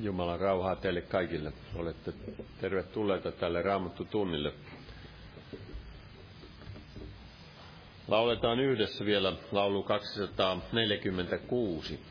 Jumalan rauhaa teille kaikille. Olette tervetulleita tälle Raamattu-tunnille. Lauletaan yhdessä vielä laulu 246.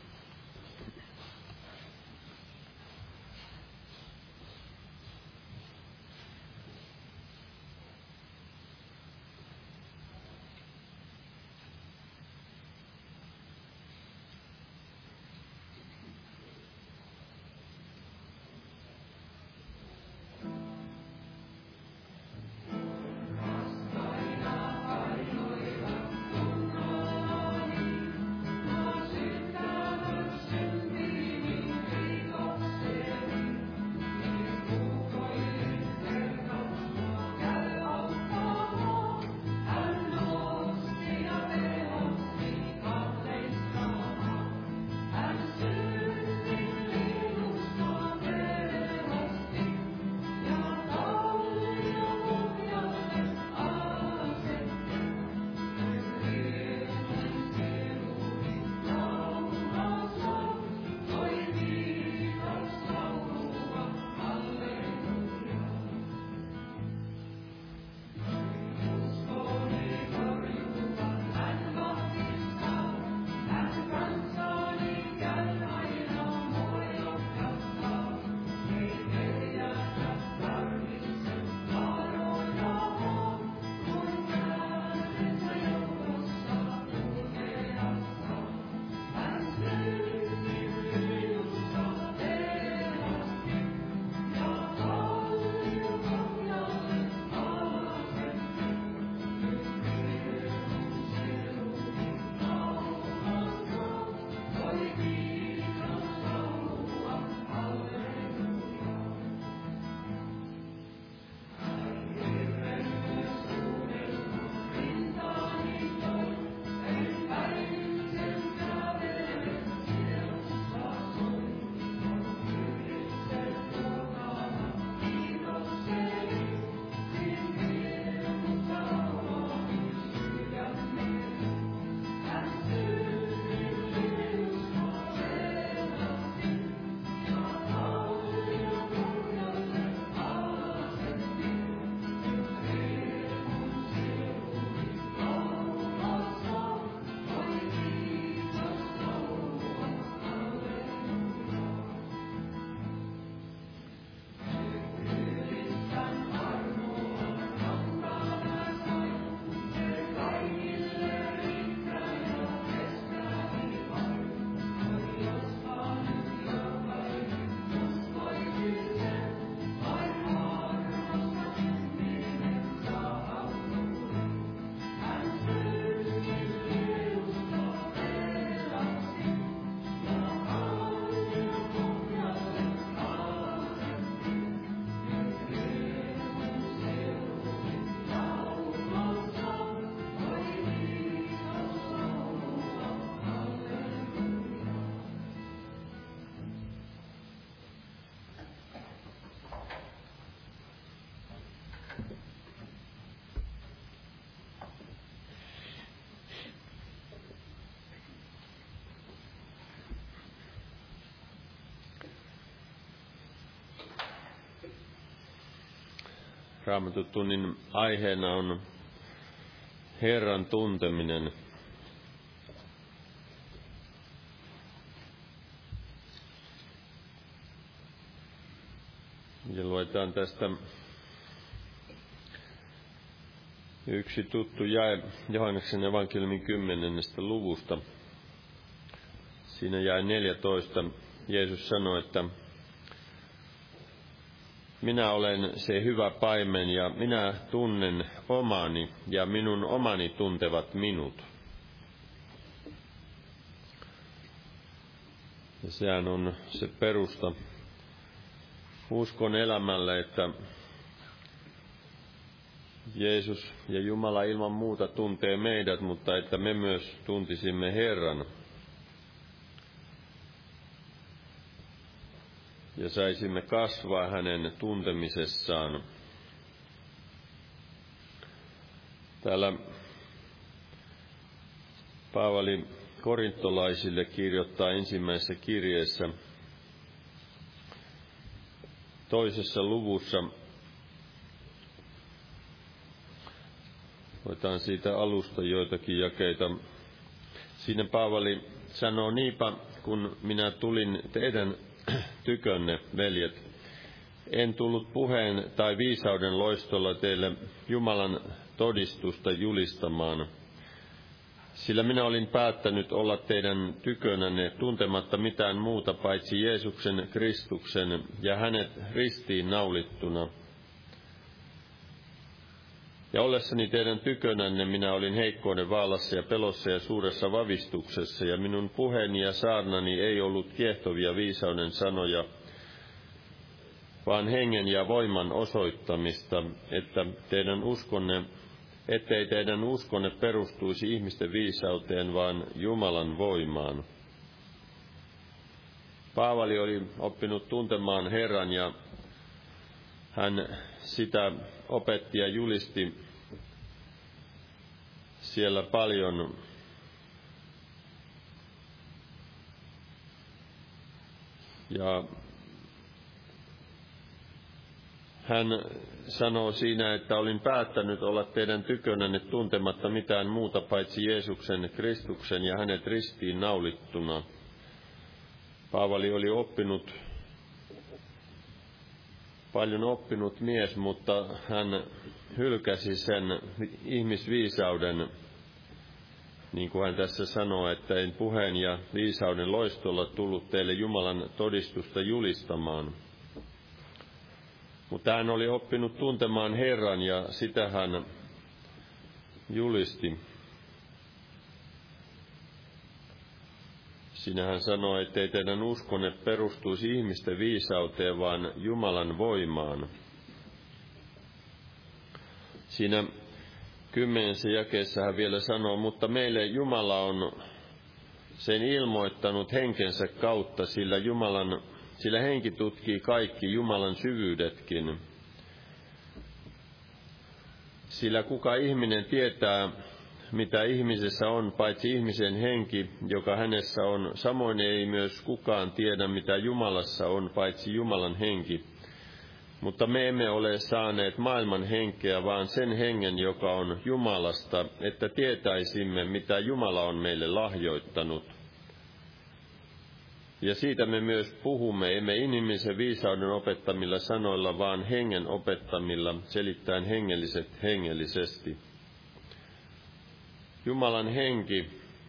Raamattu-tunnin aiheena on Herran tunteminen. Ja luetaan tästä yksi tuttu jae Johanneksen evankeliumin 10. luvusta. Siinä jae 14. Jeesus sanoi, että minä olen se hyvä paimen ja minä tunnen omani ja minun omani tuntevat minut. Ja sehän on se perusta uskon elämälle, että Jeesus ja Jumala ilman muuta tuntee meidät, mutta että me myös tuntisimme Herran. Ja saisimme kasvaa hänen tuntemisessaan. Täällä Paavali korintolaisille kirjoittaa ensimmäisessä kirjeessä 2. luvussa. Otetaan siitä alusta joitakin jakeita. Siinä Paavali sanoo, niinpä kun minä tulin teidän tykönne, veljet, en tullut puheen tai viisauden loistolla teille Jumalan todistusta julistamaan, sillä minä olin päättänyt olla teidän tykönänne tuntematta mitään muuta paitsi Jeesuksen Kristuksen ja hänet ristiin naulittuna. Ja ollessani teidän tykönänne minä olin heikkouden vaalassa ja pelossa ja suuressa vavistuksessa, ja minun puheeni ja saarnani ei ollut kiehtovia viisauden sanoja, vaan hengen ja voiman osoittamista, ettei teidän uskonne perustuisi ihmisten viisauteen, vaan Jumalan voimaan. Paavali oli oppinut tuntemaan Herran, ja hän sitä opetti ja julisti siellä paljon. Ja hän sanoo siinä, että olin päättänyt olla teidän tykönänne tuntematta mitään muuta paitsi Jeesuksen Kristuksen ja hänet ristiin naulittuna. Paavali oli paljon oppinut mies, mutta hän hylkäsi sen ihmisviisauden, niin kuin hän tässä sanoo, että en puheen ja viisauden loistolla tullut teille Jumalan todistusta julistamaan. Mutta hän oli oppinut tuntemaan Herran, ja sitä hän julisti. Siinä hän sanoi, ettei teidän uskonne perustuisi ihmisten viisauteen, vaan Jumalan voimaan. Siinä 10. jakeessa hän vielä sanoo, mutta meille Jumala on sen ilmoittanut henkensä kautta, sillä henki tutkii kaikki Jumalan syvyydetkin. Sillä kuka ihminen tietää, mitä ihmisessä on, paitsi ihmisen henki, joka hänessä on, samoin ei myös kukaan tiedä, mitä Jumalassa on, paitsi Jumalan henki. Mutta me emme ole saaneet maailman henkeä, vaan sen hengen, joka on Jumalasta, että tietäisimme, mitä Jumala on meille lahjoittanut. Ja siitä me myös puhumme, emme inhimillisen viisauden opettamilla sanoilla, vaan hengen opettamilla, selittäen hengelliset hengellisesti. Jumalan henki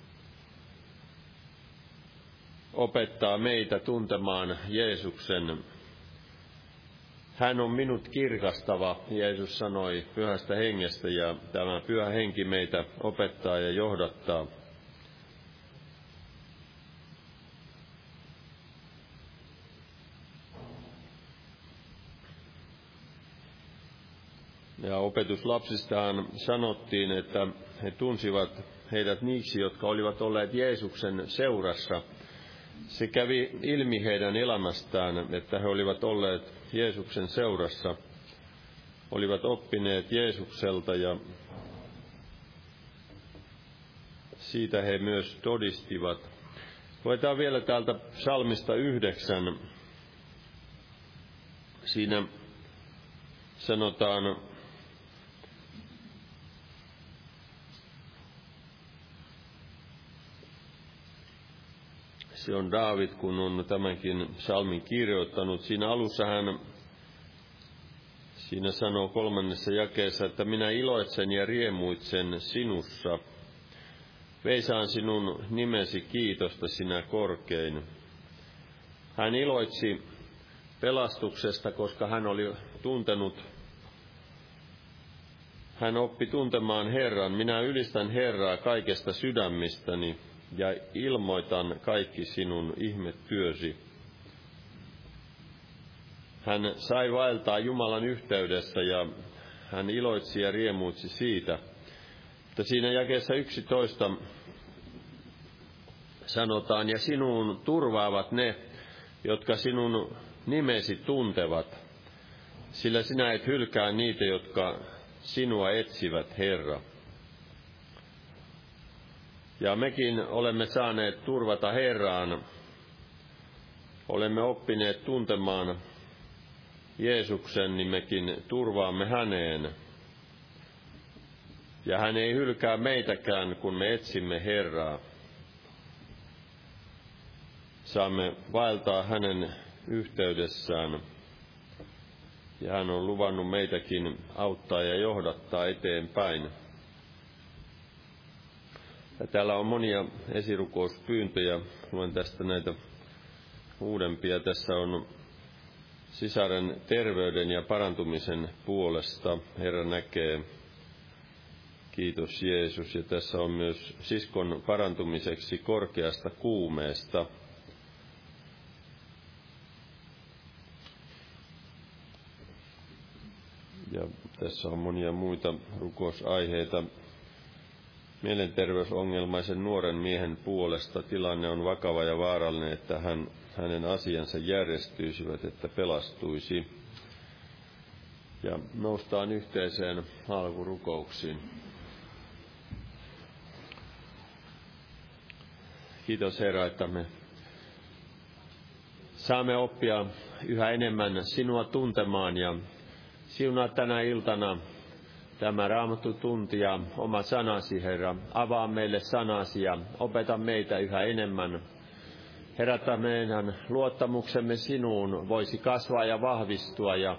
opettaa meitä tuntemaan Jeesuksen. Hän on minut kirkastava, Jeesus sanoi pyhästä hengestä, ja tämä pyhä henki meitä opettaa ja johdattaa. Ja opetuslapsistahan sanottiin, että he tunsivat heidät niiksi, jotka olivat olleet Jeesuksen seurassa. Se kävi ilmi heidän elämästään, että he olivat olleet Jeesuksen seurassa, olivat oppineet Jeesukselta, ja siitä he myös todistivat. Luetaan vielä täältä psalmista 9. Siinä sanotaan, se on Daavid, kun on tämänkin psalmin kirjoittanut. Siinä alussa hän siinä sanoo 3. jakeessa, että minä iloitsen ja riemuitsen sinussa. Veisaan sinun nimesi kiitosta sinä korkein. Hän iloitsi pelastuksesta, koska hän oli hän oppi tuntemaan Herran. Minä ylistän Herraa kaikesta sydämistäni ja ilmoitan kaikki sinun ihmetyösi. Hän sai vaeltaa Jumalan yhteydessä, ja hän iloitsi ja riemuitsi siitä. Mutta siinä jakeessa 11 sanotaan, ja sinuun turvaavat ne, jotka sinun nimesi tuntevat, sillä sinä et hylkää niitä, jotka sinua etsivät, Herra. Ja mekin olemme saaneet turvata Herraan, olemme oppineet tuntemaan Jeesuksen, niin mekin turvaamme häneen. Ja hän ei hylkää meitäkään, kun me etsimme Herraa. Saamme vaeltaa hänen yhteydessään. Ja hän on luvannut meitäkin auttaa ja johdattaa eteenpäin. Ja täällä on monia esirukouspyyntöjä. Luen tästä näitä uudempia. Tässä on sisaren terveyden ja parantumisen puolesta. Herra näkee. Kiitos Jeesus. Ja tässä on myös siskon parantumiseksi korkeasta kuumeesta. Ja tässä on monia muita rukousaiheita. Mielenterveysongelmaisen nuoren miehen puolesta tilanne on vakava ja vaarallinen, että hänen asiansa järjestyisivät, että pelastuisi. Ja noustaan yhteiseen alkurukouksiin. Kiitos Herra, että me saamme oppia yhä enemmän sinua tuntemaan ja siunaa tänä iltana tämä Raamattu tunti ja oma sanasi, Herra. Avaa meille sanasi ja opeta meitä yhä enemmän. Herätä meidän luottamuksemme sinuun voisi kasvaa ja vahvistua. Ja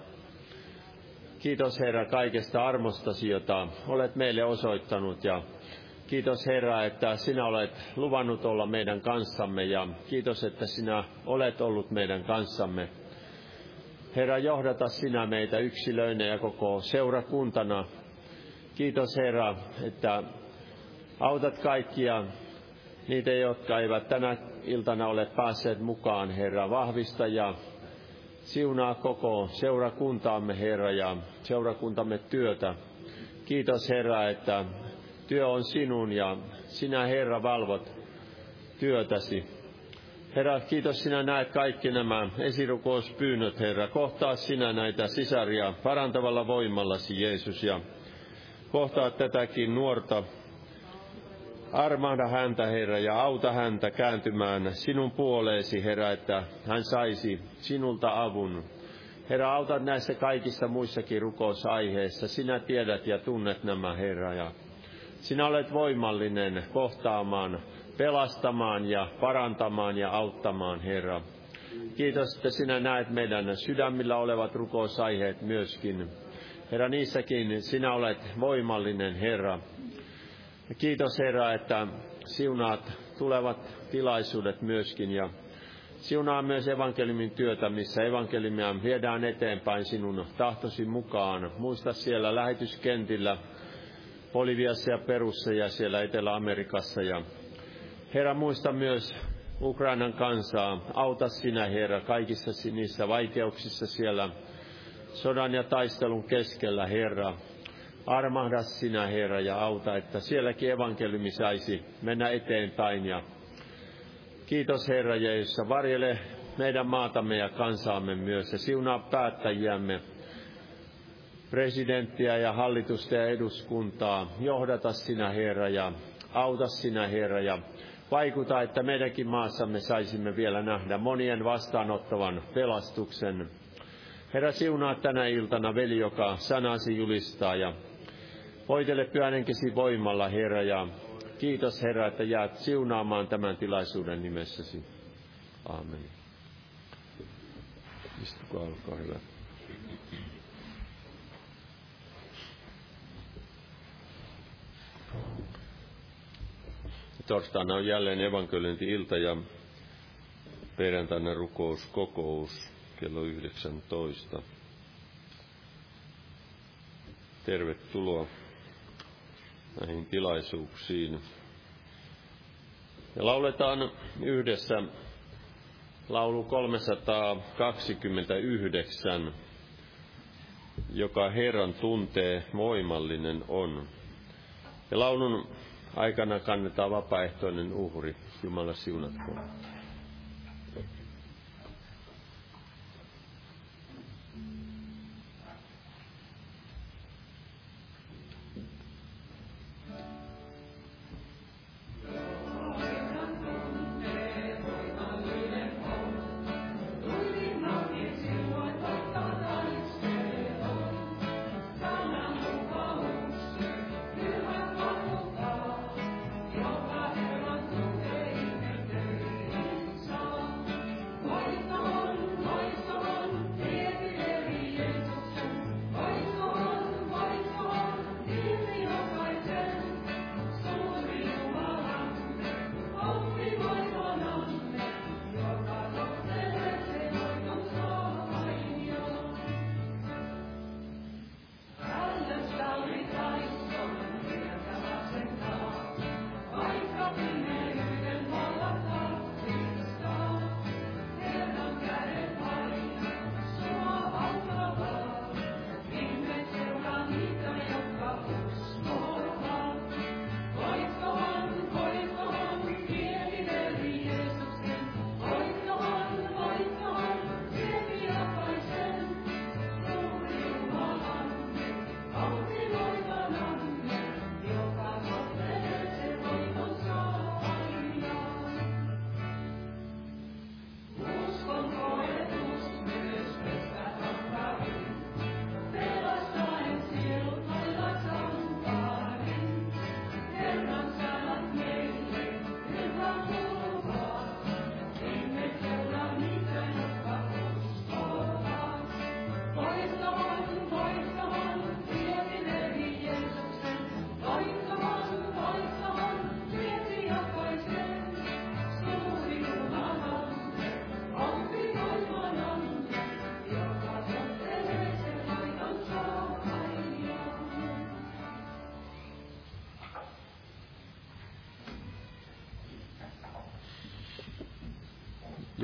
kiitos Herra kaikesta armostasi, jota olet meille osoittanut. Ja kiitos Herra, että sinä olet luvannut olla meidän kanssamme. Ja kiitos, että sinä olet ollut meidän kanssamme. Herra, johdata sinä meitä yksilöinä ja koko seurakuntana. Kiitos Herra, että autat kaikkia niitä, jotka eivät tänä iltana ole päässeet mukaan, Herra. Vahvista ja siunaa koko seurakuntaamme, Herra, ja seurakuntamme työtä. Kiitos Herra, että työ on sinun ja sinä, Herra, valvot työtäsi. Herra, kiitos sinä näet kaikki nämä esirukouspyynnöt, Herra. Kohtaa sinä näitä sisaria parantavalla voimallasi, Jeesus, ja kohtaa tätäkin nuorta. Armahda häntä, Herra, ja auta häntä kääntymään sinun puoleesi, Herra, että hän saisi sinulta avun. Herra, auta näissä kaikissa muissakin rukousaiheissa. Sinä tiedät ja tunnet nämä, Herra, ja sinä olet voimallinen kohtaamaan, pelastamaan ja parantamaan ja auttamaan, Herra. Kiitos, että sinä näet meidän sydämillä olevat rukousaiheet myöskin. Herra, niissäkin sinä olet voimallinen, Herra. Ja kiitos, Herra, että siunaat tulevat tilaisuudet myöskin ja siunaa myös evankeliumin työtä, missä evankeliumia viedään eteenpäin sinun tahtosi mukaan. Muista siellä lähetyskentillä, Boliviassa ja Perussa ja siellä Etelä-Amerikassa. Ja Herra, muista myös Ukrainan kansaa. Auta sinä, Herra, kaikissa niissä vaikeuksissa siellä sodan ja taistelun keskellä, Herra. Armahda sinä, Herra, ja auta, että sielläkin evankeliumi saisi mennä eteenpäin. Ja kiitos, Herra Jeesus, varjele meidän maatamme ja kansaamme myös ja siunaa päättäjiämme, presidenttiä ja hallitusta ja eduskuntaa. Johdata sinä, Herra, ja auta sinä, Herra, ja vaikuta, että meidänkin maassamme saisimme vielä nähdä monien vastaanottavan pelastuksen. Herra, siunaa tänä iltana veli, joka sanasi julistaa, ja voitele pyhän henkesi voimalla, Herra, ja kiitos, Herra, että jäät siunaamaan tämän tilaisuuden nimessäsi. Aamen. Istukaa, olkaa hyvä. Torstaina on jälleen evankeliointi-ilta ja perjantaina rukouskokous kello 19. Tervetuloa näihin tilaisuuksiin. Ja lauletaan yhdessä laulu 329, joka Herran tuntee voimallinen on. Ja laulun aikana kannetaan vapaaehtoinen uhri. Jumala siunatkoon.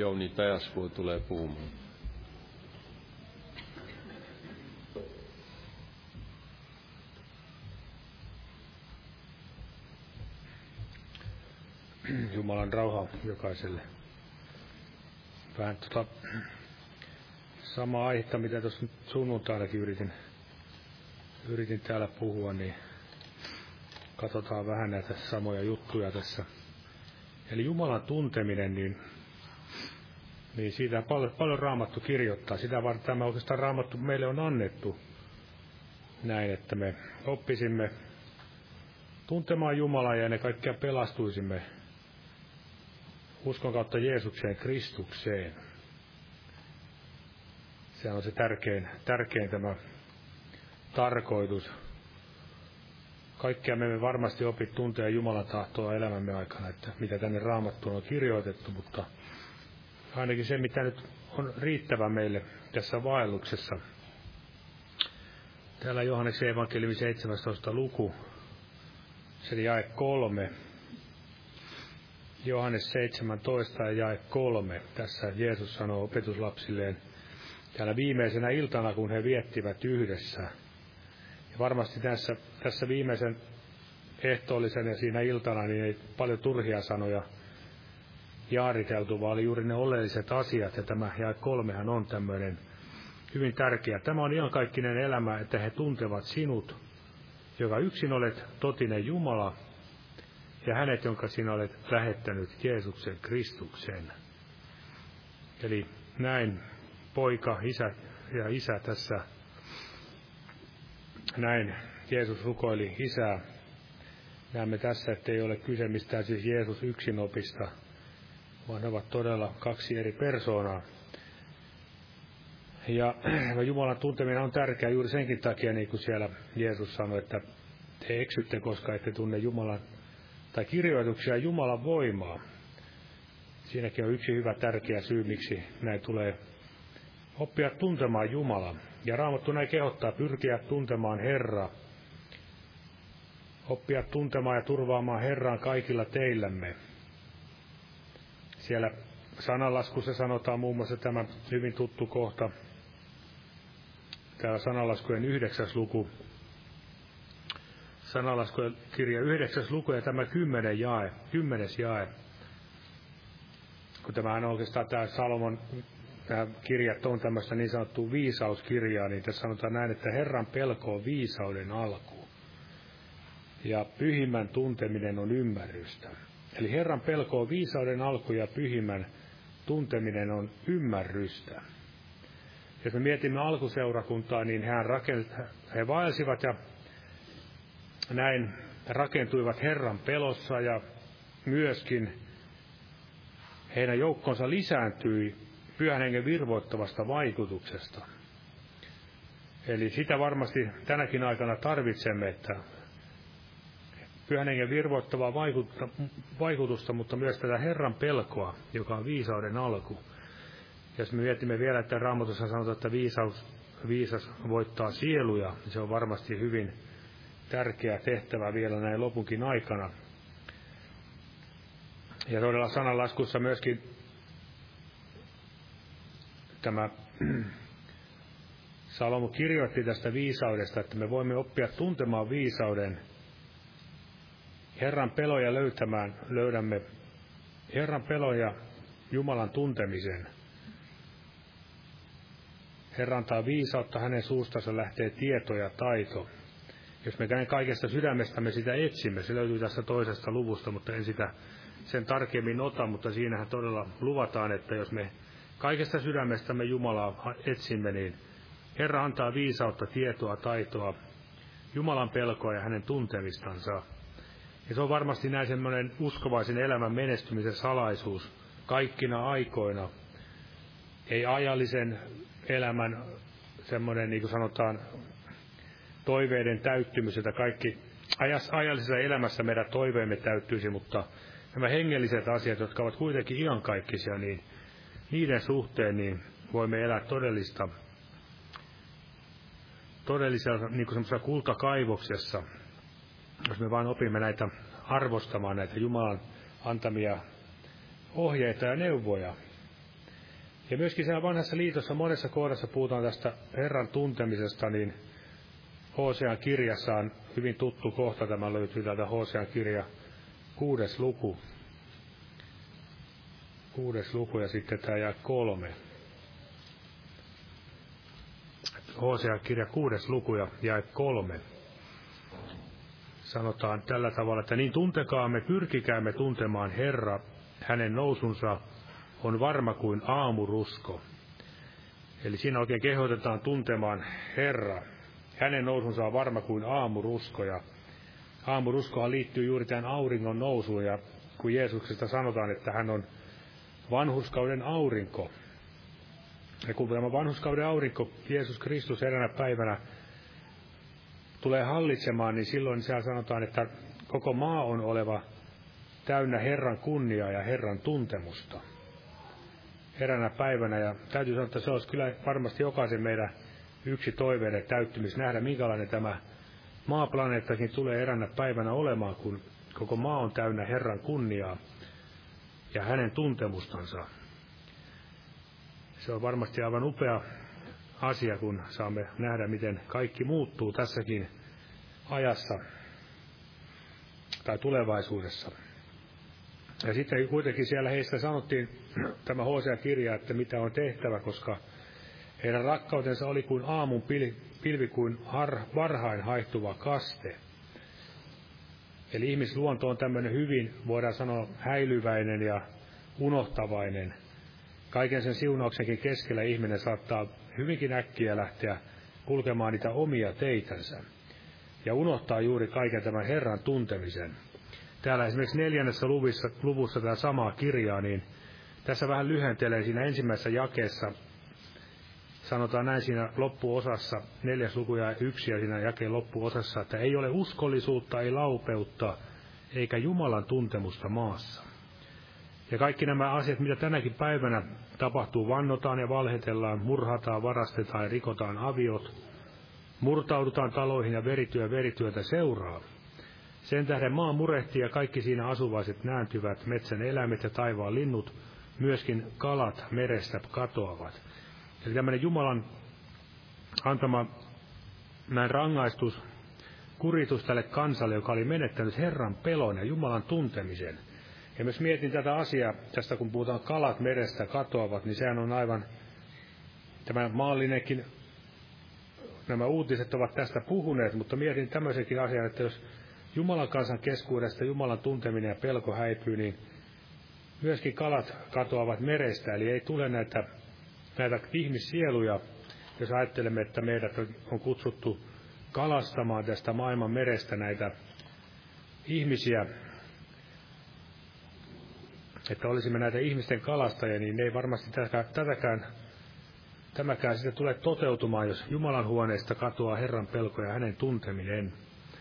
Jouni Tajasvuo tulee puhumaan. Jumalan rauha jokaiselle. Vähän samaa aihetta, mitä tuossa sunnuntainakin yritin täällä puhua, niin katsotaan vähän näitä samoja juttuja tässä. Eli Jumalan tunteminen, niin siitä paljon Raamattu kirjoittaa. Sitä varten tämä oikeastaan Raamattu meille on annettu näin, että me oppisimme tuntemaan Jumalaa ja ennen kaikkea pelastuisimme uskon kautta Jeesukseen, Kristukseen. Se on se tärkein tämä tarkoitus. Kaikkea me emme varmasti opi tuntea Jumalan tahtoa elämämme aikana, että mitä tänne Raamattuun on kirjoitettu, mutta ainakin se, mitä nyt on riittävä meille tässä vaelluksessa. Täällä Johanneksen evankeliumi 17. luku, se jae 3. Johannes 17 ja jae 3. Tässä Jeesus sanoo opetuslapsilleen täällä viimeisenä iltana, kun he viettivät yhdessä. Ja varmasti tässä viimeisen ehtoollisen ja siinä iltana niin ei paljon turhia sanoja jaariteltu, vaan oli juuri ne oleelliset asiat. Ja tämä jae 3 on tämmöinen hyvin tärkeä. Tämä on iankaikkinen elämä, että he tuntevat sinut, joka yksin olet totinen Jumala, ja hänet, jonka sinä olet lähettänyt, Jeesuksen Kristuksen. Eli näin poika, isä tässä, näin Jeesus rukoili isää. Näemme tässä, että ei ole kyse mistään siis Jeesus yksinopista, vaan ne ovat todella kaksi eri persoonaa. Ja Jumalan tunteminen on tärkeää juuri senkin takia, niin kuin siellä Jeesus sanoi, että te eksytte, koska ette tunne Jumalan tai kirjoituksia Jumalan voimaa. Siinäkin on yksi hyvä tärkeä syy, miksi näin tulee oppia tuntemaan Jumalaa. Ja Raamattu näin kehottaa pyrkiä tuntemaan Herraa. Oppia tuntemaan ja turvaamaan Herran kaikilla teillämme. Siellä sananlaskussa sanotaan muun muassa tämä hyvin tuttu kohta. Täällä sananlaskujen 9. luku. Sananlaskujen kirja 9. luku ja tämä 10. jae. Kun tämähän on oikeastaan tämä Salomon, nämä kirjat on tämmöistä niin sanottua viisauskirjaa, niin tässä sanotaan näin, että Herran pelko on viisauden alku. Ja pyhimmän tunteminen on ymmärrystä. Eli Herran pelko on viisauden alku ja pyhimmän tunteminen on ymmärrystä. Jos me mietimme alkuseurakuntaa, niin he vaelsivat ja näin rakentuivat Herran pelossa ja myöskin heidän joukkonsa lisääntyi Pyhän Hengen virvoittavasta vaikutuksesta. Eli sitä varmasti tänäkin aikana tarvitsemme, että Pyhän Hengen virvoittavaa vaikutusta, mutta myös tätä Herran pelkoa, joka on viisauden alku. Jos me mietimme vielä, että Raamatussa sanotaan, että viisas voittaa sieluja, niin se on varmasti hyvin tärkeä tehtävä vielä näin lopunkin aikana. Ja todella sananlaskussa myöskin tämä Salomo kirjoitti tästä viisaudesta, että me voimme oppia tuntemaan viisauden. Herran peloja löydämme Herran peloja Jumalan tuntemisen. Herra antaa viisautta, hänen suustansa lähtee tieto ja taito. Jos me kaikesta sydämestämme sitä etsimme, se löytyy tästä toisesta luvusta, mutta en sitä sen tarkemmin ota, mutta siinähän todella luvataan, että jos me kaikesta sydämestämme Jumalaa etsimme, niin Herra antaa viisautta, tietoa, taitoa, Jumalan pelkoa ja hänen tuntemistansa. Ja se on varmasti näin semmoinen uskovaisen elämän menestymisen salaisuus kaikkina aikoina. Ei ajallisen elämän semmoinen, niin kuin sanotaan, toiveiden täyttymys, että kaikki ajallisessa elämässä meidän toiveemme täyttyisi, mutta nämä hengelliset asiat, jotka ovat kuitenkin iankaikkisia, niin niiden suhteen niin voimme elää todellisella niin kuin semmoisessa kultakaivoksessa, jos me vain opimme näitä arvostamaan näitä Jumalan antamia ohjeita ja neuvoja. Ja myöskin siellä vanhassa liitossa monessa kohdassa puhutaan tästä Herran tuntemisesta, niin Hosean kirjassa on hyvin tuttu kohta, tämä löytyy täältä Hosean kirja 6. luku. 6. luku ja sitten tämä jää 3. Hosean kirja 6. luku ja jae 3. Sanotaan tällä tavalla, että niin tuntekaamme, pyrkikäämme tuntemaan Herra, hänen nousunsa on varma kuin aamurusko. Eli siinä oikein kehotetaan tuntemaan Herra. Hänen nousunsa on varma kuin aamurusko. Ja aamuruskohan liittyy juuri tähän auringon nousuun. Ja kun Jeesuksesta sanotaan, että hän on vanhurskauden aurinko. Ja kun tämä vanhurskauden aurinko, Jeesus Kristus eräänä päivänä tulee hallitsemaan, niin silloin siellä sanotaan, että koko maa on oleva täynnä Herran kunniaa ja Herran tuntemusta eräänä päivänä. Ja täytyy sanoa, että se olisi kyllä varmasti jokaisen meidän yksi toiveiden täyttymys nähdä, minkälainen tämä maaplaneettakin tulee eräänä päivänä olemaan, kun koko maa on täynnä Herran kunniaa ja hänen tuntemustansa. Se on varmasti aivan upea asia, kun saamme nähdä, miten kaikki muuttuu tässäkin ajassa tai tulevaisuudessa. Ja sitten kuitenkin siellä heistä sanottiin tämä Hosea-kirja, että mitä on tehtävä, koska heidän rakkautensa oli kuin aamun pilvi, kuin varhain haihtuva kaste. Eli ihmisluonto on tämmöinen hyvin, voidaan sanoa, häilyväinen ja unohtavainen. Kaiken sen siunauksenkin keskellä ihminen saattaa hyvinkin äkkiä lähteä kulkemaan niitä omia teitänsä ja unohtaa juuri kaiken tämän Herran tuntemisen. Täällä esimerkiksi 4. luvussa tämä samaa kirjaa, niin tässä vähän lyhentelee siinä ensimmäisessä jakeessa. Sanotaan näin siinä loppuosassa, 4. luku ja 1 ja siinä jakeen loppuosassa, että ei ole uskollisuutta, ei laupeutta, eikä Jumalan tuntemusta maassa. Ja kaikki nämä asiat, mitä tänäkin päivänä tapahtuu, vannotaan ja valhetellaan, murhataan, varastetaan ja rikotaan aviot, murtaudutaan taloihin ja verityötä seuraa. Sen tähden maa murehtii ja kaikki siinä asuvaiset nääntyvät, metsän eläimet ja taivaan linnut, myöskin kalat merestä katoavat. Eli tämmöinen Jumalan antama näin rangaistus, kuritus tälle kansalle, joka oli menettänyt Herran pelon ja Jumalan tuntemisen. Ja myös mietin tätä asiaa, tästä kun puhutaan kalat merestä katoavat, niin sehän on aivan, tämä maallinenkin, nämä uutiset ovat tästä puhuneet, mutta mietin tämmöisenkin asian, että jos Jumalan kansan keskuudesta Jumalan tunteminen ja pelko häipyy, niin myöskin kalat katoavat merestä, eli ei tule näitä ihmissieluja, jos ajattelemme, että meidät on kutsuttu kalastamaan tästä maailman merestä näitä ihmisiä, että olisimme näitä ihmisten kalastajia, niin ei varmasti tämäkään sitten tule toteutumaan, jos Jumalan huoneesta katoaa Herran pelko ja hänen tunteminen.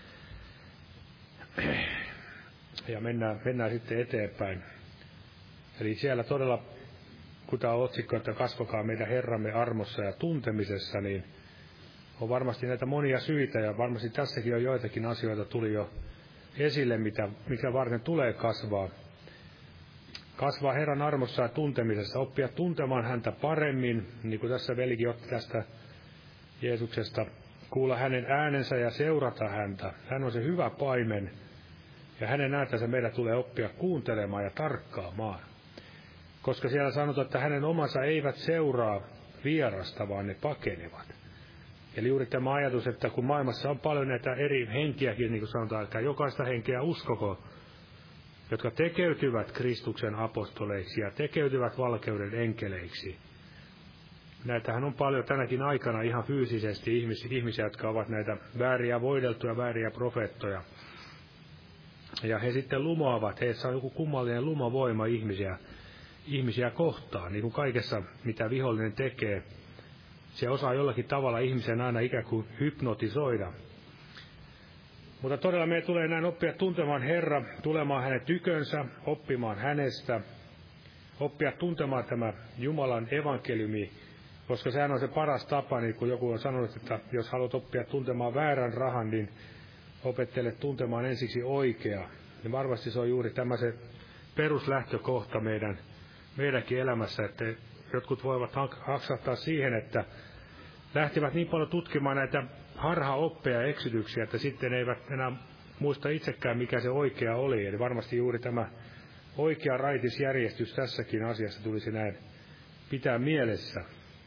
Ja mennään sitten eteenpäin. Eli siellä todella, kun tämä on otsikko, että kasvakaa meidän Herramme armossa ja tuntemisessa, niin on varmasti näitä monia syitä, ja varmasti tässäkin on joitakin asioita tuli jo esille, mikä varten tulee kasvaa. Kasvaa Herran armossa ja tuntemisessa, oppia tuntemaan häntä paremmin, niin kuin tässä velikin otti tästä Jeesuksesta, kuulla hänen äänensä ja seurata häntä. Hän on se hyvä paimen, ja hänen ääntänsä meidän tulee oppia kuuntelemaan ja tarkkaamaan. Koska siellä sanotaan, että hänen omansa eivät seuraa vierasta, vaan ne pakenevat. Eli juuri tämä ajatus, että kun maailmassa on paljon näitä eri henkiäkin, niin kuin sanotaan, että jokaista henkeä uskoko, jotka tekeytyvät Kristuksen apostoleiksi ja tekeytyvät valkeuden enkeleiksi. Näitähän on paljon tänäkin aikana ihan fyysisesti ihmisiä, jotka ovat näitä vääriä voideltuja, vääriä profeettoja. Ja he sitten lumoavat, heissä on joku kummallinen lumavoima ihmisiä kohtaan, niin kuin kaikessa, mitä vihollinen tekee. Se osaa jollakin tavalla ihmisen aina ikään kuin hypnotisoida. Mutta todella meidän tulee näin oppia tuntemaan Herra, tulemaan hänen tykönsä, oppimaan hänestä, oppia tuntemaan tämä Jumalan evankeliumi, koska sehän on se paras tapa, niin kuin joku on sanonut, että jos haluat oppia tuntemaan väärän rahan, niin opettele tuntemaan ensiksi oikea. Niin varmasti se on juuri tämä se peruslähtökohta meidänkin elämässä, että jotkut voivat haksahtaa siihen, että lähtivät niin paljon tutkimaan näitä harhaoppeja ja eksytyksiä, että sitten eivät enää muista itsekään, mikä se oikea oli. Eli varmasti juuri tämä oikea raitisjärjestys tässäkin asiassa tulisi näin pitää mielessä.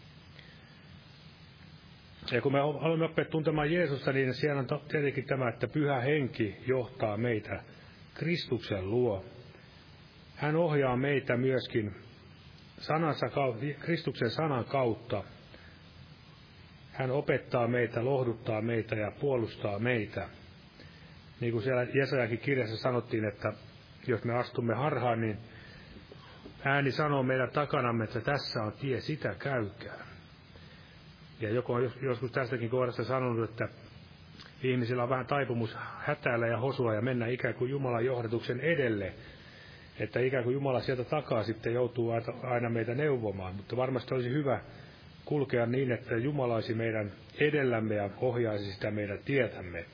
Ja kun me haluamme oppia tuntemaan Jeesusta, niin siellä on tietenkin tämä, että Pyhä Henki johtaa meitä Kristuksen luo. Hän ohjaa meitä myöskin Kristuksen sanan kautta. Hän opettaa meitä, lohduttaa meitä ja puolustaa meitä. Niin kuin siellä Jesajakin kirjassa sanottiin, että jos me astumme harhaan, niin ääni sanoo meidän takanamme, että tässä on tie, sitä käykää. Ja joku on joskus tästäkin kohdasta sanonut, että ihmisillä on vähän taipumus hätäillä ja hosua ja mennä ikään kuin Jumalan johdatuksen edelle. Että ikään kuin Jumala sieltä takaa sitten joutuu aina meitä neuvomaan. Mutta varmasti olisi hyvä kulkea niin, että Jumala olisi meidän edellämme ja ohjaisi sitä meidän tietämme.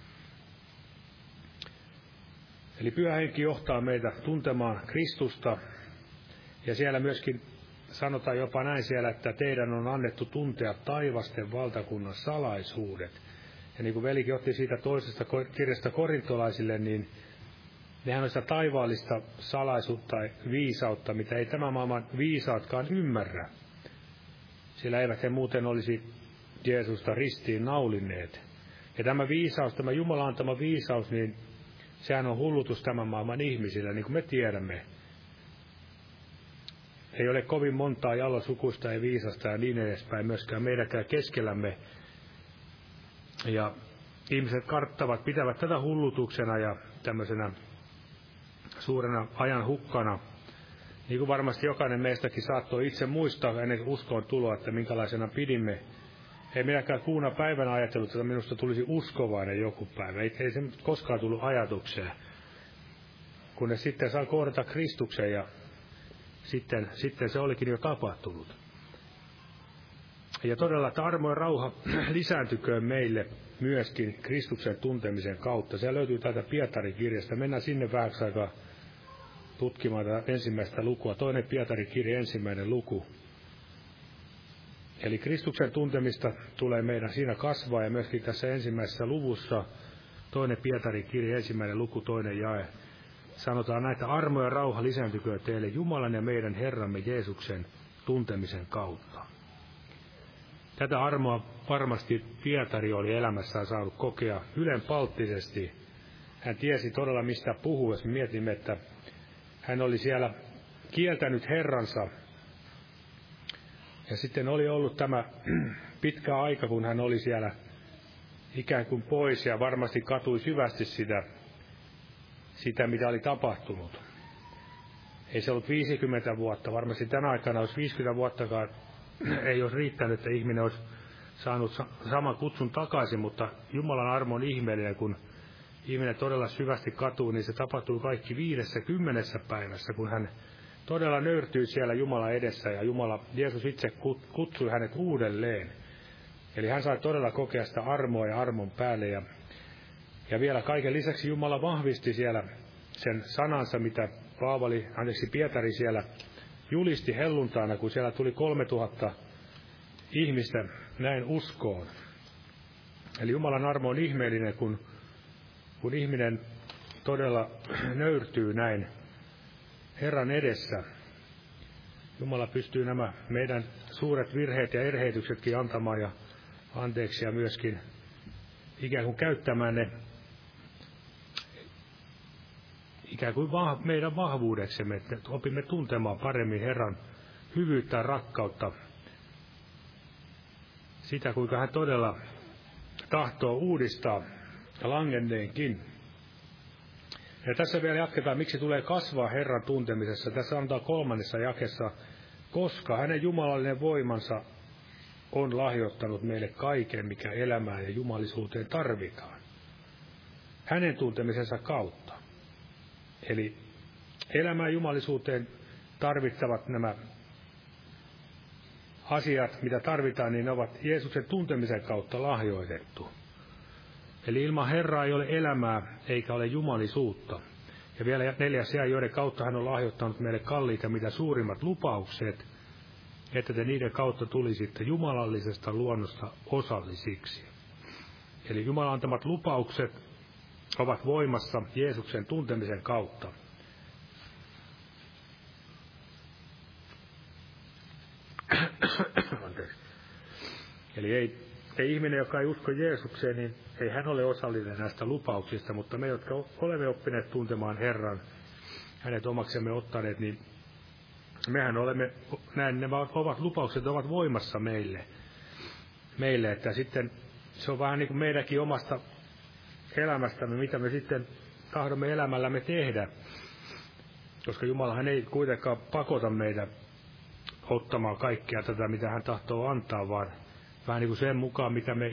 Eli Pyhä Henki johtaa meitä tuntemaan Kristusta. Ja siellä myöskin sanotaan jopa näin siellä, että teidän on annettu tuntea taivasten valtakunnan salaisuudet. Ja niin kuin velikin otti siitä toisesta kirjasta korintolaisille, niin nehän on sitä taivaallista salaisuutta tai viisautta, mitä ei tämä maailman viisaatkaan ymmärrä. Sillä eivät he muuten olisi Jeesusta ristiin naulinneet. Ja tämä viisaus, tämä Jumalan antama viisaus, niin sehän on hullutus tämän maailman ihmisillä, niin kuin me tiedämme. Ei ole kovin montaa jalosukuista ja viisasta ja niin edespäin myöskään meidänkään keskellämme. Ja ihmiset karttavat, pitävät tätä hullutuksena ja tämmöisenä suurena ajan hukkana. Niin kuin varmasti jokainen meistäkin saattoi itse muistaa ennen uskoon tuloa, että minkälaisena pidimme. Ei minäkään kuuna päivänä ajatellut, että minusta tulisi uskovainen joku päivä. Ei se koskaan tullut ajatukseen. Kunnes sitten saa kohdata Kristuksen ja sitten se olikin jo tapahtunut. Ja todella, että armo ja rauha lisääntyköön meille myöskin Kristuksen tuntemisen kautta. Se löytyy täältä Pietarin kirjasta. Mennään sinne vähäksi aikaa tutkimaan tätä ensimmäistä lukua. Toinen Pietarin kirja, 1. luku. Eli Kristuksen tuntemista tulee meidän siinä kasvaa, ja myöskin tässä ensimmäisessä luvussa, 2. Pietarin kirja, 1. luku, 2. jae. Sanotaan näitä armo ja rauha lisääntyköön teille Jumalan ja meidän Herramme Jeesuksen tuntemisen kautta. Tätä armoa varmasti Pietari oli elämässään saanut kokea ylenpalttisesti. Hän tiesi todella mistä puhuu, jos mietimme, että hän oli siellä kieltänyt Herransa. Ja sitten oli ollut tämä pitkä aika, kun hän oli siellä ikään kuin pois ja varmasti katui syvästi sitä mitä oli tapahtunut. Ei se ollut 50 vuotta, varmasti tänä aikana olisi 50 vuottakaan, ei olisi riittänyt, että ihminen olisi saanut saman kutsun takaisin, mutta Jumalan armo on ihmeellinen, kun ihminen todella syvästi katuu, niin se tapahtuu kaikki 50 päivässä, kun hän todella nöyrtyi siellä Jumalan edessä, ja Jeesus itse kutsui hänet uudelleen. Eli hän sai todella kokea sitä armoa ja armon päälle, ja vielä kaiken lisäksi Jumala vahvisti siellä sen sanansa, mitä Pietari siellä julisti helluntaina, kun siellä tuli 3000 ihmistä näin uskoon. Eli Jumalan armo on ihmeellinen, kun ihminen todella nöyrtyy näin Herran edessä. Jumala pystyy nämä meidän suuret virheet ja erheityksetkin antamaan ja anteeksi ja myöskin ikään kuin käyttämään ne ikään kuin meidän vahvuudeksemme, että opimme tuntemaan paremmin Herran hyvyyttä ja rakkautta. Sitä, kuinka hän todella tahtoo uudistaa langenneenkin. Ja tässä vielä jatketaan, miksi tulee kasvaa Herran tuntemisessa. Tässä sanotaan 3. jakessa, koska hänen jumalallinen voimansa on lahjoittanut meille kaiken, mikä elämään ja jumalisuuteen tarvitaan. Hänen tuntemisensa kautta. Eli elämään jumalisuuteen tarvittavat nämä asiat, mitä tarvitaan, niin ne ovat Jeesuksen tuntemisen kautta lahjoitettu. Eli ilman Herraa ei ole elämää eikä ole jumalisuutta. Ja vielä 4. jae, joiden kautta hän on lahjoittanut meille kalliita mitä suurimmat lupaukset, että te niiden kautta tulisitte jumalallisesta luonnosta osallisiksi. Eli Jumalan antamat lupaukset ovat voimassa Jeesuksen tuntemisen kautta. Eli ei ihminen, joka ei usko Jeesukseen, niin ei hän ole osallinen näistä lupauksista, mutta me, jotka olemme oppineet tuntemaan Herran, hänet omaksemme ottaneet, niin mehän olemme, näin ne ovat lupaukset, ovat voimassa meille, että sitten se on vähän niin kuin meidänkin omasta elämästämme, mitä me sitten tahdomme elämällämme tehdä, koska Jumalahan ei kuitenkaan pakota meitä ottamaan kaikkea tätä, mitä hän tahtoo antaa, vaan vähän niin kuin sen mukaan, mitä me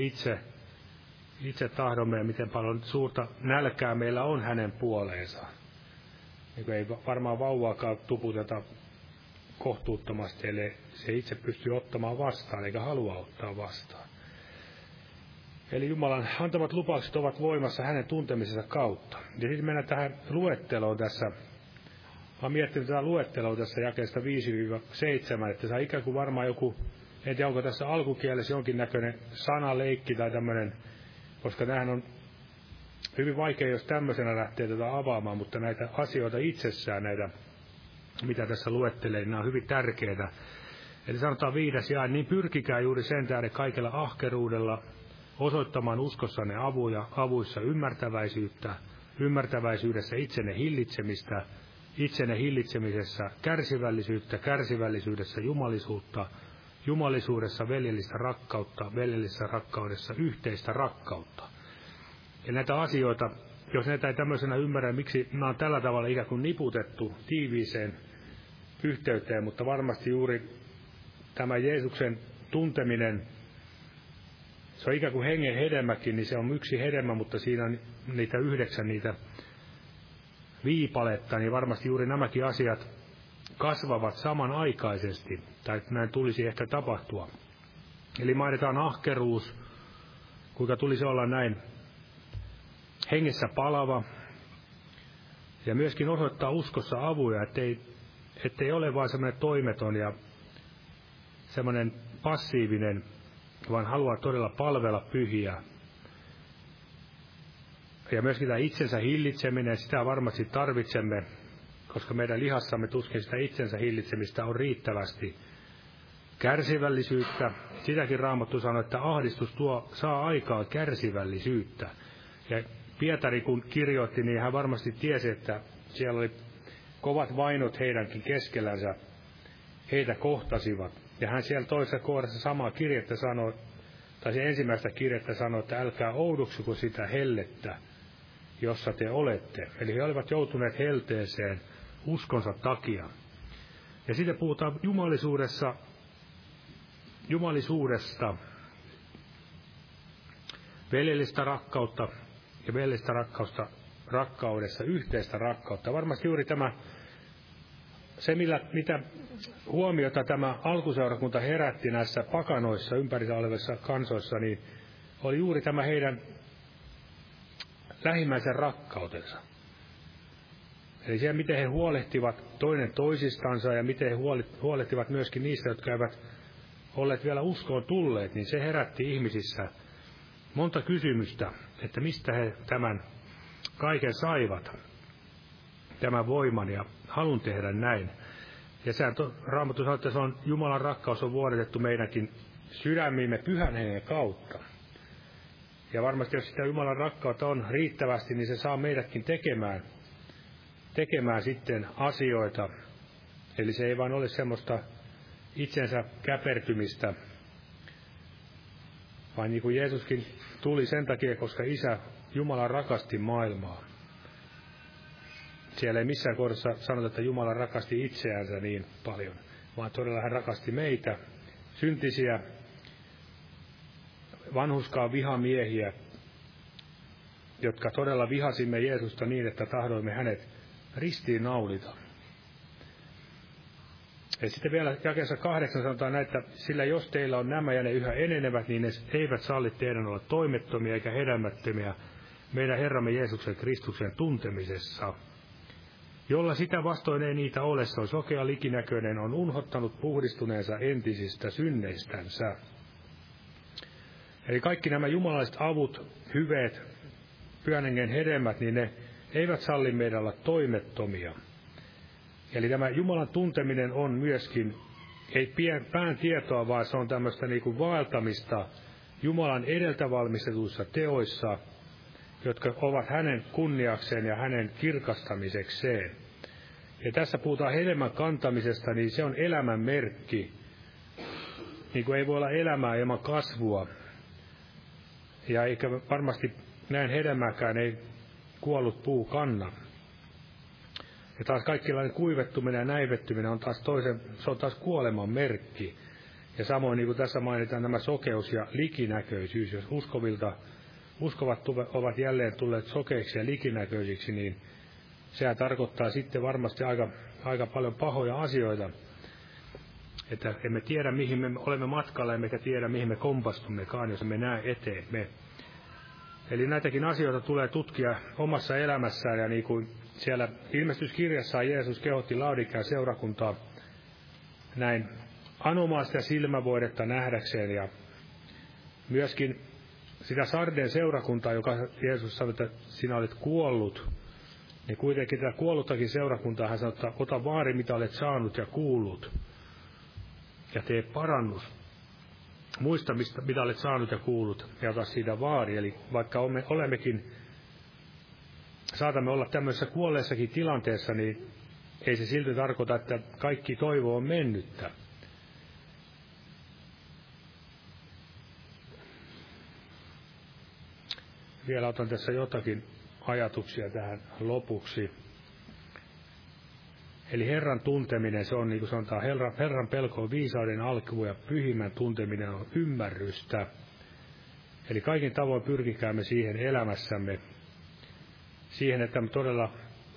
itse tahdomme ja miten paljon suurta nälkää meillä on hänen puoleensa. Niin ei varmaan vauvaakaan tuputeta kohtuuttomasti, eli se itse pystyy ottamaan vastaan, eikä halua ottaa vastaan. Eli Jumalan antamat lupaukset ovat voimassa hänen tuntemisensa kautta. Ja sitten mennään tähän luetteloon tässä. Olen miettinyt tätä luetteloa tässä jakeesta 5-7, että se on ikään kuin varmaan joku, en tiedä onko tässä alkukielessä jonkinnäköinen sanaleikki tai tämmöinen, koska nämähän on hyvin vaikea, jos tämmöisenä lähtee tätä avaamaan, mutta näitä asioita itsessään, näitä, mitä tässä luettelee, niin nämä on hyvin tärkeitä. Eli sanotaan 5. jae, niin pyrkikää juuri sen tähden kaikella ahkeruudella osoittamaan uskossanne avuissa ymmärtäväisyydessä itsenne hillitsemistä, itsenne hillitsemisessä kärsivällisyydessä jumalisuudessa veljellistä rakkautta, veljellisessä rakkaudessa yhteistä rakkautta. Ja näitä asioita, jos näitä ei tämmöisenä ymmärrä, miksi nämä on tällä tavalla ikään kuin niputettu tiiviiseen yhteyteen, mutta varmasti juuri tämä Jeesuksen tunteminen, se on ikään kuin hengen hedelmäkin, niin se on yksi hedelmä, mutta siinä on niitä 9 niitä viipaletta, niin varmasti juuri nämäkin asiat kasvavat samanaikaisesti, tai näin tulisi ehkä tapahtua. Eli mainitaan ahkeruus, kuinka tulisi olla näin hengessä palava, ja myöskin osoittaa uskossa avuja, ettei ole vain semmoinen toimeton ja semmoinen passiivinen, vaan haluaa todella palvella pyhiä. Ja myöskin tämä itsensä hillitseminen, sitä varmasti tarvitsemme, koska meidän lihassamme tuskin sitä itsensä hillitsemistä on riittävästi. Kärsivällisyyttä, sitäkin Raamattu sanoo, että ahdistus saa aikaan kärsivällisyyttä. Ja Pietari kun kirjoitti, niin hän varmasti tiesi, että siellä oli kovat vainot heidänkin keskellänsä, heitä kohtasivat. Ja hän siellä toisessa kohdassa samaa kirjettä sanoi, tai se ensimmäistä kirjettä sanoi, että älkää oudoksuko sitä hellettä, jossa te olette. Eli he olivat joutuneet helteeseen uskonsa takia. Ja sitten puhutaan jumalisuudesta, veljellistä rakkautta ja veljellistä rakkaudessa yhteistä rakkautta. Varmasti juuri tämä, se mitä huomiota tämä alkuseurakunta herätti näissä pakanoissa, ympärillä olevissa kansoissa, niin oli juuri tämä heidän lähimmäisen rakkautensa. Eli se, miten he huolehtivat toinen toisistansa ja miten he huolehtivat myöskin niistä, jotka eivät olleet vielä uskoon tulleet, niin se herätti ihmisissä monta kysymystä, että mistä he tämän kaiken saivat, tämän voiman ja halun tehdä näin. Ja Raamattu sanoo, että se on Jumalan rakkaus on vuodatettu meidänkin sydämiimme pyhän hengen kautta. Ja varmasti jos sitä Jumalan rakkautta on riittävästi, niin se saa meidätkin tekemään sitten asioita. Eli se ei vain ole semmoista itsensä käpertymistä, vaan niin kuin Jeesuskin tuli sen takia, koska Isä Jumala rakasti maailmaa. Siellä ei missään kohdassa sanota, että Jumala rakasti itseänsä niin paljon, vaan todella hän rakasti meitä, syntisiä, vanhuskaan vihamiehiä, jotka todella vihasimme Jeesusta niin, että tahdoimme hänet ristiin naulita. Ja sitten vielä jakeessa 8 sanotaan näin, että sillä jos teillä on nämä ja ne yhä enenevät, niin ne eivät salli teidän olla toimettomia eikä hedelmättömiä meidän Herramme Jeesuksen Kristuksen tuntemisessa. jolla sitä vastoin ei niitä ole, se on sokea likinäköinen, on unhottanut puhdistuneensa entisistä synneistänsä. Eli kaikki nämä jumalaiset avut, hyveet, Pyhän Hengen hedelmät, niin ne eivät salli meidän olla toimettomia. Eli tämä Jumalan tunteminen on myöskin, ei pään tietoa, vaan se on tämmöistä niin kuin vaeltamista Jumalan edeltä valmistetuissa teoissa, jotka ovat hänen kunniakseen ja hänen kirkastamisekseen. Ja tässä puhutaan hedelmän kantamisesta, niin se on elämän merkki. Niin kuin ei voi olla elämää ilman kasvua. Ja eikä varmasti näin hedelmääkään ei kuollut puu kanna. Ja taas kaikkilainen kuivettuminen ja näivettyminen on taas se on taas kuoleman merkki. Ja samoin niin kuin tässä mainitaan nämä sokeus ja likinäköisyys, jos uskovat ovat jälleen tulleet sokeiksi ja likinäköisiksi, niin sehän tarkoittaa sitten varmasti aika paljon pahoja asioita. Että emme tiedä, mihin me olemme matkalla, emmekä tiedä, mihin me kompastummekaan, jos emme näe eteemme. Eli näitäkin asioita tulee tutkia omassa elämässään, ja niin kuin siellä ilmestyskirjassaan Jeesus kehotti Laodikean seurakuntaa näin anomaan sitä silmävoidetta nähdäkseen, ja myöskin sitä Sarden seurakuntaa, joka Jeesus sanoi, että sinä olet kuollut, niin kuitenkin tätä kuolluttakin seurakuntaa hän sanoi, että ota vaari, mitä olet saanut ja kuullut, ja tee parannus. Muista, mitä olet saanut ja kuullut, ja ota siitä vaari. Eli vaikka saatamme olla tämmöisessä kuolleessakin tilanteessa, niin ei se silti tarkoita, että kaikki toivo on mennyttä. Vielä otan tässä jotakin ajatuksia tähän lopuksi. Eli Herran tunteminen, se on niin kuin sanotaan, Herran pelko on viisauden alku, ja pyhimmän tunteminen on ymmärrystä. Eli kaikin tavoin pyrkikäämme siihen elämässämme, siihen, että me todella,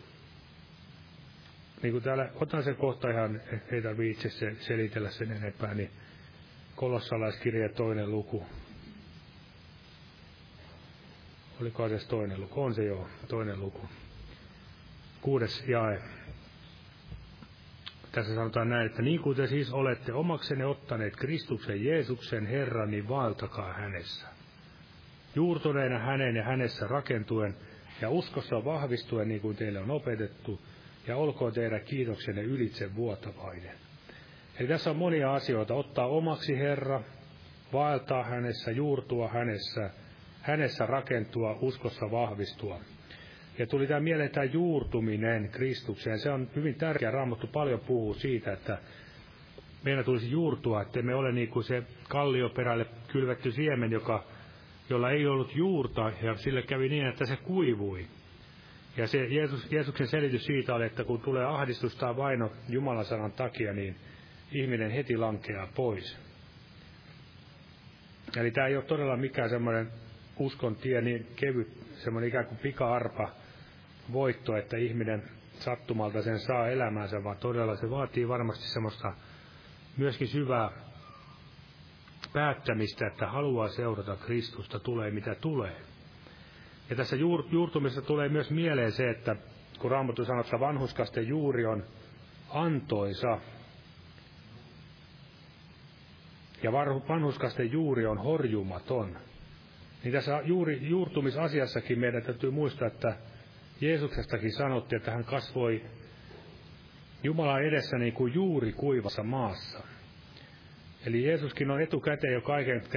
niin kuin täällä, otan sen kohta ihan, ei tarvitse itse selitellä sen enempää, niin Kolossalaiskirja 2. luku. Oliko se 2. luku? On se joo, 2. luku. 6. jae. Tässä sanotaan näin, että niin kuin te siis olette omaksenne ottaneet Kristuksen Jeesuksen Herran, niin vaeltakaa hänessä. Juurtuneena hänen ja hänessä rakentuen ja uskossa vahvistuen, niin kuin teille on opetettu, ja olkoon teidän kiitoksenne ylitse vuotavainen. Eli tässä on monia asioita. Ottaa omaksi Herra, vaeltaa hänessä, juurtua hänessä rakentua, uskossa vahvistua. Ja tuli tämä mieleen tämä juurtuminen Kristukseen. Se on hyvin tärkeä. Raamattu paljon puhuu siitä, että meidän tulisi juurtua, että me ole niin kuin se kallioperälle kylvetty siemen, jolla ei ollut juurta, ja sille kävi niin, että se kuivui. Ja se Jeesuksen selitys siitä oli, että kun tulee ahdistus tai vaino Jumalan sanan takia, niin ihminen heti lankeaa pois. Eli tämä ei ole todella mikään semmoinen uskon tie niin kevyt, semmoinen ikään kuin pika-arpa voitto, että ihminen sattumalta sen saa elämäänsä, vaan todella se vaatii varmasti semmoista myöskin syvää päättämistä, että haluaa seurata Kristusta, tulee mitä tulee. Ja tässä juurtumisessa tulee myös mieleen se, että kun Raamattu sanoo, että vanhurskasten juuri on antoisa, ja vanhurskasten juuri on horjumaton, niin tässä juurtumisasiassakin meidän täytyy muistaa, että Jeesuksestakin sanottiin, että hän kasvoi Jumalan edessä niin kuin juuri kuivassa maassa. Eli Jeesuskin on etukäteen jo kaiken